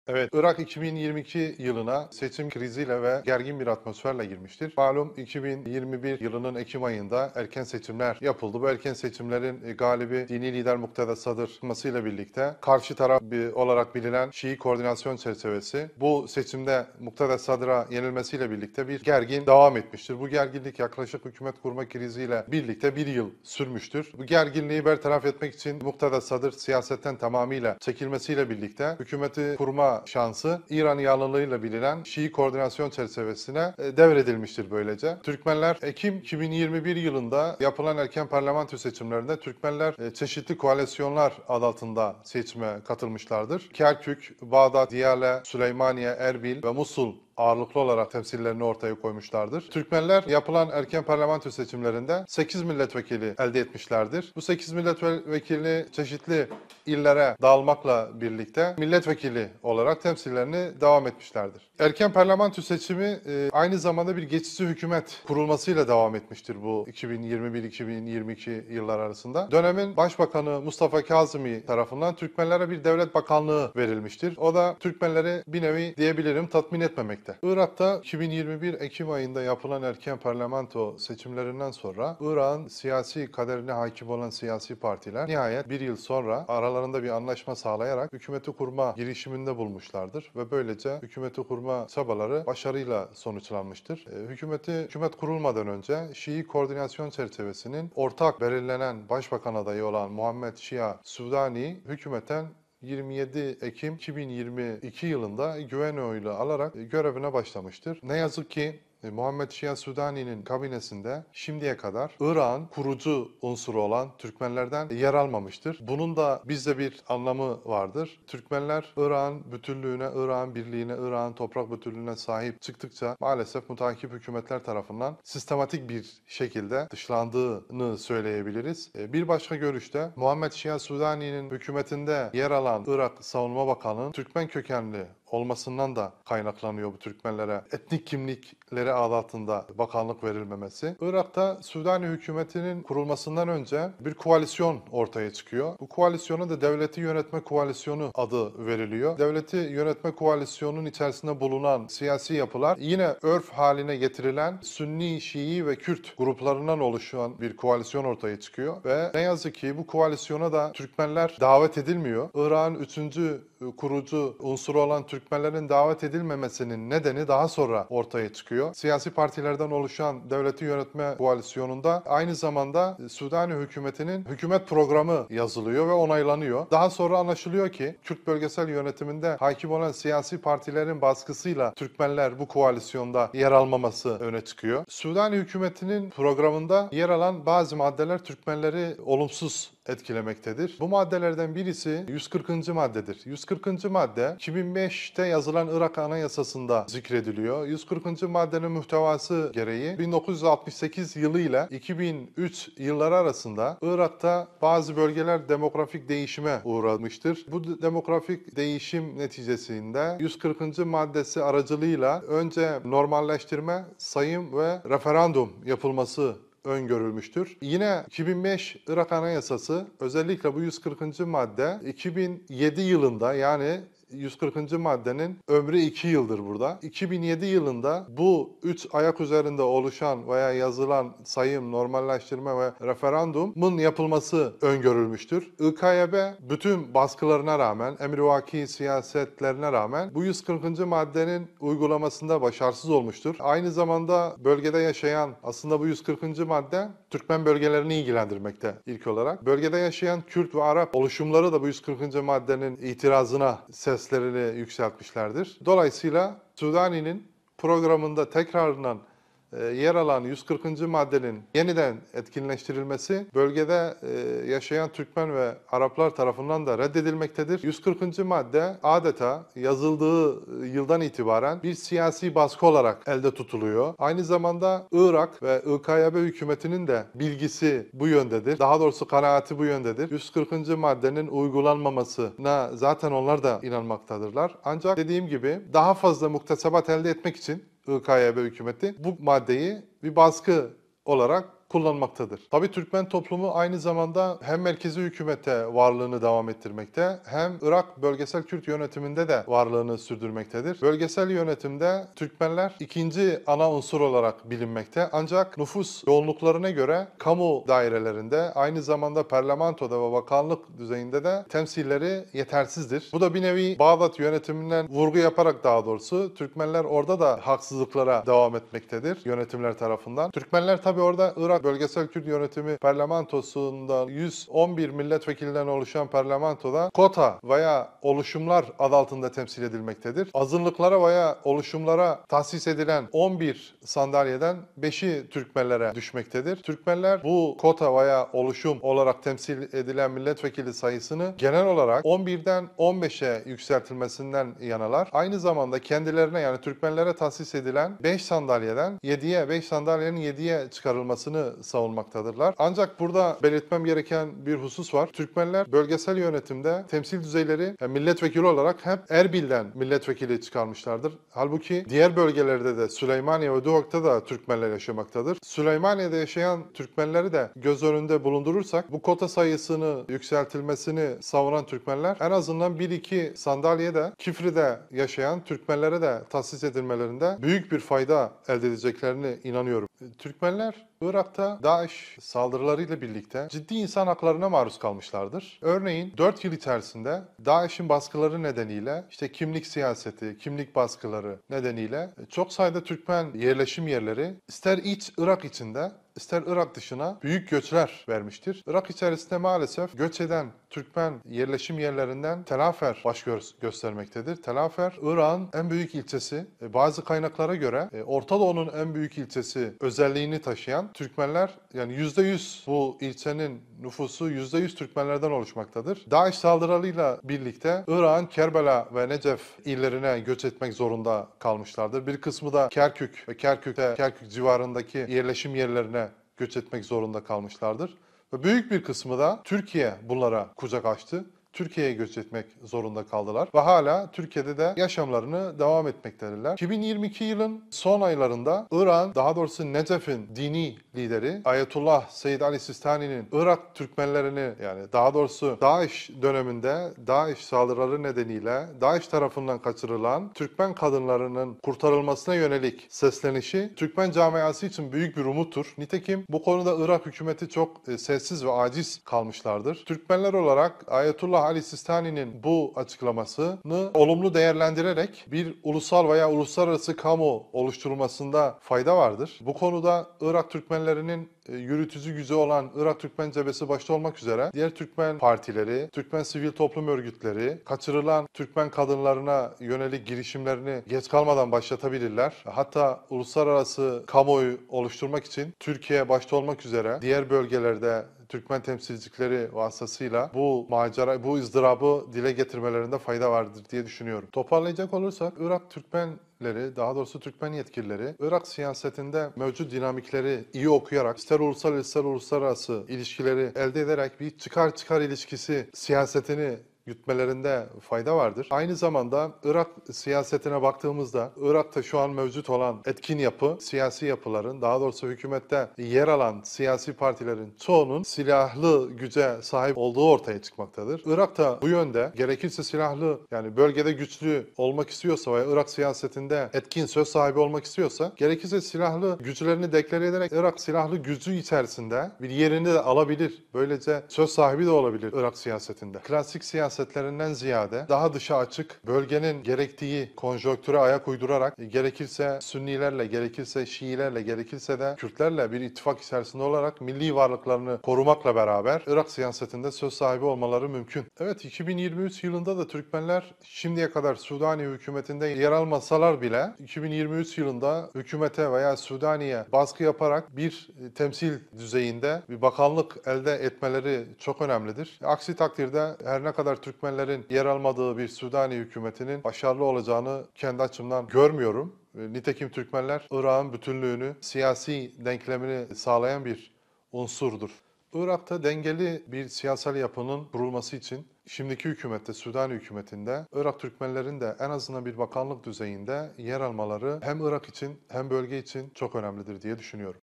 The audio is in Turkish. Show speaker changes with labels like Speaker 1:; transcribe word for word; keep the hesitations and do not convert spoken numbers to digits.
Speaker 1: Evet, Irak iki bin yirmi iki yılına seçim kriziyle ve gergin bir atmosferle girmiştir. Malum iki bin yirmi bir yılının Ekim ayında erken seçimler yapıldı. Bu erken seçimlerin e, galibi dini lider Mukteda Sadr çıkmasıyla birlikte karşı taraf bir- olarak bilinen Şii koordinasyon çerçevesi bu seçimde Mukteda Sadr'a yenilmesiyle birlikte bir gergin devam etmiştir. Bu gerginlik yaklaşık hükümet kurma kriziyle birlikte bir yıl sürmüştür. Bu gerginliği bertaraf etmek için Mukteda Sadr siyasetten tamamıyla çekilmesiyle birlikte hükümeti kurma şansı İran yanlılığıyla bilinen Şii koordinasyon çerçevesine e, devredilmiştir böylece. Türkmenler Ekim iki bin yirmi bir yılında yapılan erken parlamento seçimlerinde Türkmenler e, çeşitli koalisyonlar adı altında seçime katılmışlardır. Kerkük, Bağdat, Diyale, Süleymaniye, Erbil ve Musul ağırlıklı olarak temsillerini ortaya koymuşlardır. Türkmenler yapılan erken parlamento seçimlerinde sekiz milletvekili elde etmişlerdir. Bu sekiz milletvekili çeşitli illere dağılmakla birlikte milletvekili olarak temsillerini devam etmişlerdir. Erken parlamento seçimi e, aynı zamanda bir geçici hükümet kurulmasıyla devam etmiştir bu iki bin yirmi bir iki bin yirmi iki yıllar arasında. Dönemin Başbakanı Mustafa Kazımî tarafından Türkmenlere bir devlet bakanlığı verilmiştir. O da Türkmenleri bir nevi diyebilirim tatmin etmemekte. Irak'ta iki bin yirmi bir Ekim ayında yapılan erken parlamento seçimlerinden sonra Irak'ın siyasi kaderine hakim olan siyasi partiler nihayet bir yıl sonra aralarında bir anlaşma sağlayarak hükümeti kurma girişiminde bulmuşlardır ve böylece hükümeti kurma çabaları başarıyla sonuçlanmıştır. E, hükümeti hükümet kurulmadan önce Şii koordinasyon çerçevesinin ortak belirlenen başbakan adayı olan Muhammed Şia Sudani hükümeten yirmi yedi Ekim iki bin yirmi iki yılında güven oyuyla alarak görevine başlamıştır. Ne yazık ki Muhammed Şia Sudani'nin kabinesinde şimdiye kadar Irak'ın kurucu unsuru olan Türkmenlerden yer almamıştır. Bunun da bizde bir anlamı vardır. Türkmenler Irak'ın bütünlüğüne, Irak'ın birliğine, Irak'ın toprak bütünlüğüne sahip çıktıkça maalesef mutakip hükümetler tarafından sistematik bir şekilde dışlandığını söyleyebiliriz. Bir başka görüşte Muhammed Şia Sudani'nin hükümetinde yer alan Irak Savunma Bakanı Türkmen kökenli olmasından da kaynaklanıyor bu Türkmenlere etnik kimlikleri adı altında bakanlık verilmemesi. Irak'ta Sudani hükümetinin kurulmasından önce bir koalisyon ortaya çıkıyor. Bu koalisyona da Devleti Yönetme Koalisyonu adı veriliyor. Devleti Yönetme Koalisyonunun içerisinde bulunan siyasi yapılar yine örf haline getirilen Sünni, Şii ve Kürt gruplarından oluşan bir koalisyon ortaya çıkıyor ve ne yazık ki bu koalisyona da Türkmenler davet edilmiyor. Irak'ın üçüncü kurucu unsuru olan Türkmenlerin davet edilmemesinin nedeni daha sonra ortaya çıkıyor. Siyasi partilerden oluşan Devleti Yönetme Koalisyonu'nda aynı zamanda Sudani hükümetinin hükümet programı yazılıyor ve onaylanıyor. Daha sonra anlaşılıyor ki Kürt bölgesel yönetiminde hakim olan siyasi partilerin baskısıyla Türkmenler bu koalisyonda yer almaması öne çıkıyor. Sudani hükümetinin programında yer alan bazı maddeler Türkmenleri olumsuz etkilemektedir. Bu maddelerden birisi yüz kırkıncı maddedir. yüz kırkıncı madde iki bin beşte yazılan Irak Anayasası'nda zikrediliyor. yüz kırkıncı maddenin muhtevası gereği bin dokuz yüz altmış sekiz yılı ile iki bin üç yılları arasında Irak'ta bazı bölgeler demografik değişime uğramıştır. Bu demografik değişim neticesinde yüz kırkıncı maddesi aracılığıyla önce normalleştirme, sayım ve referandum yapılması öngörülmüştür. Yine iki bin beş Irak Anayasası özellikle bu yüz kırkıncı madde iki bin yedi yılında yani yüz kırkıncı maddenin ömrü iki yıldır burada. iki bin yedi yılında bu üç ayak üzerinde oluşan veya yazılan sayım, normalleştirme ve referandumun yapılması öngörülmüştür. İ K Y B bütün baskılarına rağmen, emrivaki siyasetlerine rağmen bu yüz kırkıncı maddenin uygulamasında başarısız olmuştur. Aynı zamanda bölgede yaşayan aslında bu yüz kırkıncı madde Türkmen bölgelerini ilgilendirmekte ilk olarak. Bölgede yaşayan Kürt ve Arap oluşumları da bu yüz kırkıncı maddenin itirazına ses seslerini yükseltmişlerdir. Dolayısıyla Sudani'nin programında tekrarından e, yer alan yüz kırkıncı maddenin yeniden etkinleştirilmesi bölgede e, yaşayan Türkmen ve Araplar tarafından da reddedilmektedir. yüz kırkıncı madde adeta yazıldığı yıldan itibaren bir siyasi baskı olarak elde tutuluyor. Aynı zamanda Irak ve İ K Y B hükümetinin de bilgisi bu yöndedir. Daha doğrusu kanaati bu yöndedir. yüz kırkıncı maddenin uygulanmamasına zaten onlar da inanmaktadırlar. Ancak dediğim gibi daha fazla muktesebat elde etmek için İ K Y B hükümeti bu maddeyi bir baskı olarak kullanmaktadır. Tabii Türkmen toplumu aynı zamanda hem merkezi hükümete varlığını devam ettirmekte hem Irak bölgesel Kürt yönetiminde de varlığını sürdürmektedir. Bölgesel yönetimde Türkmenler ikinci ana unsur olarak bilinmekte. Ancak nüfus yoğunluklarına göre kamu dairelerinde aynı zamanda parlamentoda ve bakanlık düzeyinde de temsilleri yetersizdir. Bu da bir nevi Bağdat yönetiminden vurgu yaparak daha doğrusu Türkmenler orada da haksızlıklara devam etmektedir yönetimler tarafından. Türkmenler tabi orada Irak Bölgesel Kürt Yönetimi parlamentosunda yüz on bir milletvekilinden oluşan parlamentoda kota veya oluşumlar adı altında temsil edilmektedir. Azınlıklara veya oluşumlara tahsis edilen on bir sandalyeden beşi Türkmenlere düşmektedir. Türkmenler bu kota veya oluşum olarak temsil edilen milletvekili sayısını genel olarak on birden on beşe yükseltilmesinden yanalar. Aynı zamanda kendilerine yani Türkmenlere tahsis edilen beş sandalyeden yediye, beş sandalyenin yediye çıkarılmasını savunmaktadırlar. Ancak burada belirtmem gereken bir husus var. Türkmenler bölgesel yönetimde temsil düzeyleri yani milletvekili olarak hep Erbil'den milletvekili çıkarmışlardır. Halbuki diğer bölgelerde de Süleymaniye ve Duhok'ta da Türkmenler yaşamaktadır. Süleymaniye'de yaşayan Türkmenleri de göz önünde bulundurursak bu kota sayısını yükseltilmesini savunan Türkmenler en azından bir iki sandalyede Kifri'de yaşayan Türkmenlere de tahsis edilmelerinde büyük bir fayda elde edeceklerine inanıyorum. Türkmenler Irak'ta DAEŞ saldırılarıyla birlikte ciddi insan haklarına maruz kalmışlardır. Örneğin dört yıl içerisinde DAEŞ'in baskıları nedeniyle işte kimlik siyaseti, kimlik baskıları nedeniyle çok sayıda Türkmen yerleşim yerleri ister iç Irak içinde ister Irak dışına büyük göçler vermiştir. Irak içerisinde maalesef göç eden Türkmen yerleşim yerlerinden Telafer baş gö- göstermektedir. Telafer, Irak'ın en büyük ilçesi. Bazı kaynaklara göre Orta Doğu'nun en büyük ilçesi özelliğini taşıyan Türkmenler, yani yüzde yüz bu ilçenin nüfusu yüzde yüz Türkmenlerden oluşmaktadır. DAEŞ saldırılarıyla birlikte Irak'ın Kerbela ve Necef illerine göç etmek zorunda kalmışlardır. Bir kısmı da Kerkük ve Kerkük'te, Kerkük civarındaki yerleşim yerlerine göç etmek zorunda kalmışlardır. Ve büyük bir kısmı da Türkiye bunlara kucak açtı. Türkiye'ye göç etmek zorunda kaldılar ve hala Türkiye'de de yaşamlarını devam etmektedirler. iki bin yirmi iki yılın son aylarında İran, daha doğrusu Necef'in dini lideri Ayetullah Seyyid Ali Sistani'nin Irak Türkmenlerini, yani daha doğrusu DAEŞ döneminde DAEŞ saldırıları nedeniyle DAEŞ tarafından kaçırılan Türkmen kadınlarının kurtarılmasına yönelik seslenişi Türkmen camiası için büyük bir umuttur. Nitekim bu konuda Irak hükümeti çok e, sessiz ve aciz kalmışlardır. Türkmenler olarak Ayetullah Ali Sistani'nin bu açıklamasını olumlu değerlendirerek bir ulusal veya uluslararası kamu oluşturulmasında fayda vardır. Bu konuda Irak Türkmenlerinin yürütücü gücü olan Irak Türkmen Cebhesi başta olmak üzere diğer Türkmen partileri, Türkmen sivil toplum örgütleri kaçırılan Türkmen kadınlarına yönelik girişimlerini geç kalmadan başlatabilirler. Hatta uluslararası kamuoyu oluşturmak için Türkiye başta olmak üzere diğer bölgelerde Türkmen temsilcileri vasıtasıyla bu macera, bu ızdırabı dile getirmelerinde fayda vardır diye düşünüyorum. Toparlayacak olursak Irak Türkmenleri, daha doğrusu Türkmen yetkilileri Irak siyasetinde mevcut dinamikleri iyi okuyarak ister ulusal ister uluslararası ilişkileri elde ederek bir çıkar çıkar ilişkisi siyasetini gütmelerinde fayda vardır. Aynı zamanda Irak siyasetine baktığımızda Irak'ta şu an mevcut olan etkin yapı, siyasi yapıların, daha doğrusu hükümette yer alan siyasi partilerin çoğunun silahlı güce sahip olduğu ortaya çıkmaktadır. Irak'ta bu yönde gerekirse silahlı, yani bölgede güçlü olmak istiyorsa veya Irak siyasetinde etkin söz sahibi olmak istiyorsa gerekirse silahlı güçlerini deklare ederek Irak silahlı gücü içerisinde bir yerini de alabilir. Böylece söz sahibi de olabilir Irak siyasetinde. Klasik siyaset siyasetlerinden ziyade daha dışa açık, bölgenin gerektiği konjonktüre ayak uydurarak gerekirse Sünnilerle, gerekirse Şiilerle, gerekirse de Kürtlerle bir ittifak içerisinde olarak milli varlıklarını korumakla beraber Irak siyasetinde söz sahibi olmaları mümkün. Evet, iki bin yirmi üç yılında da Türkmenler şimdiye kadar Sudani hükümetinde yer almasalar bile iki bin yirmi üç yılında hükümete veya Sudani'ye baskı yaparak bir temsil düzeyinde bir bakanlık elde etmeleri çok önemlidir. Aksi takdirde her ne kadar Türkmenlerin yer almadığı bir Sudani hükümetinin başarılı olacağını kendi açımdan görmüyorum. Nitekim Türkmenler Irak'ın bütünlüğünü, siyasi denklemini sağlayan bir unsurdur. Irak'ta dengeli bir siyasal yapının kurulması için şimdiki hükümette, Sudani hükümetinde Irak Türkmenlerin de en azından bir bakanlık düzeyinde yer almaları hem Irak için hem bölge için çok önemlidir diye düşünüyorum.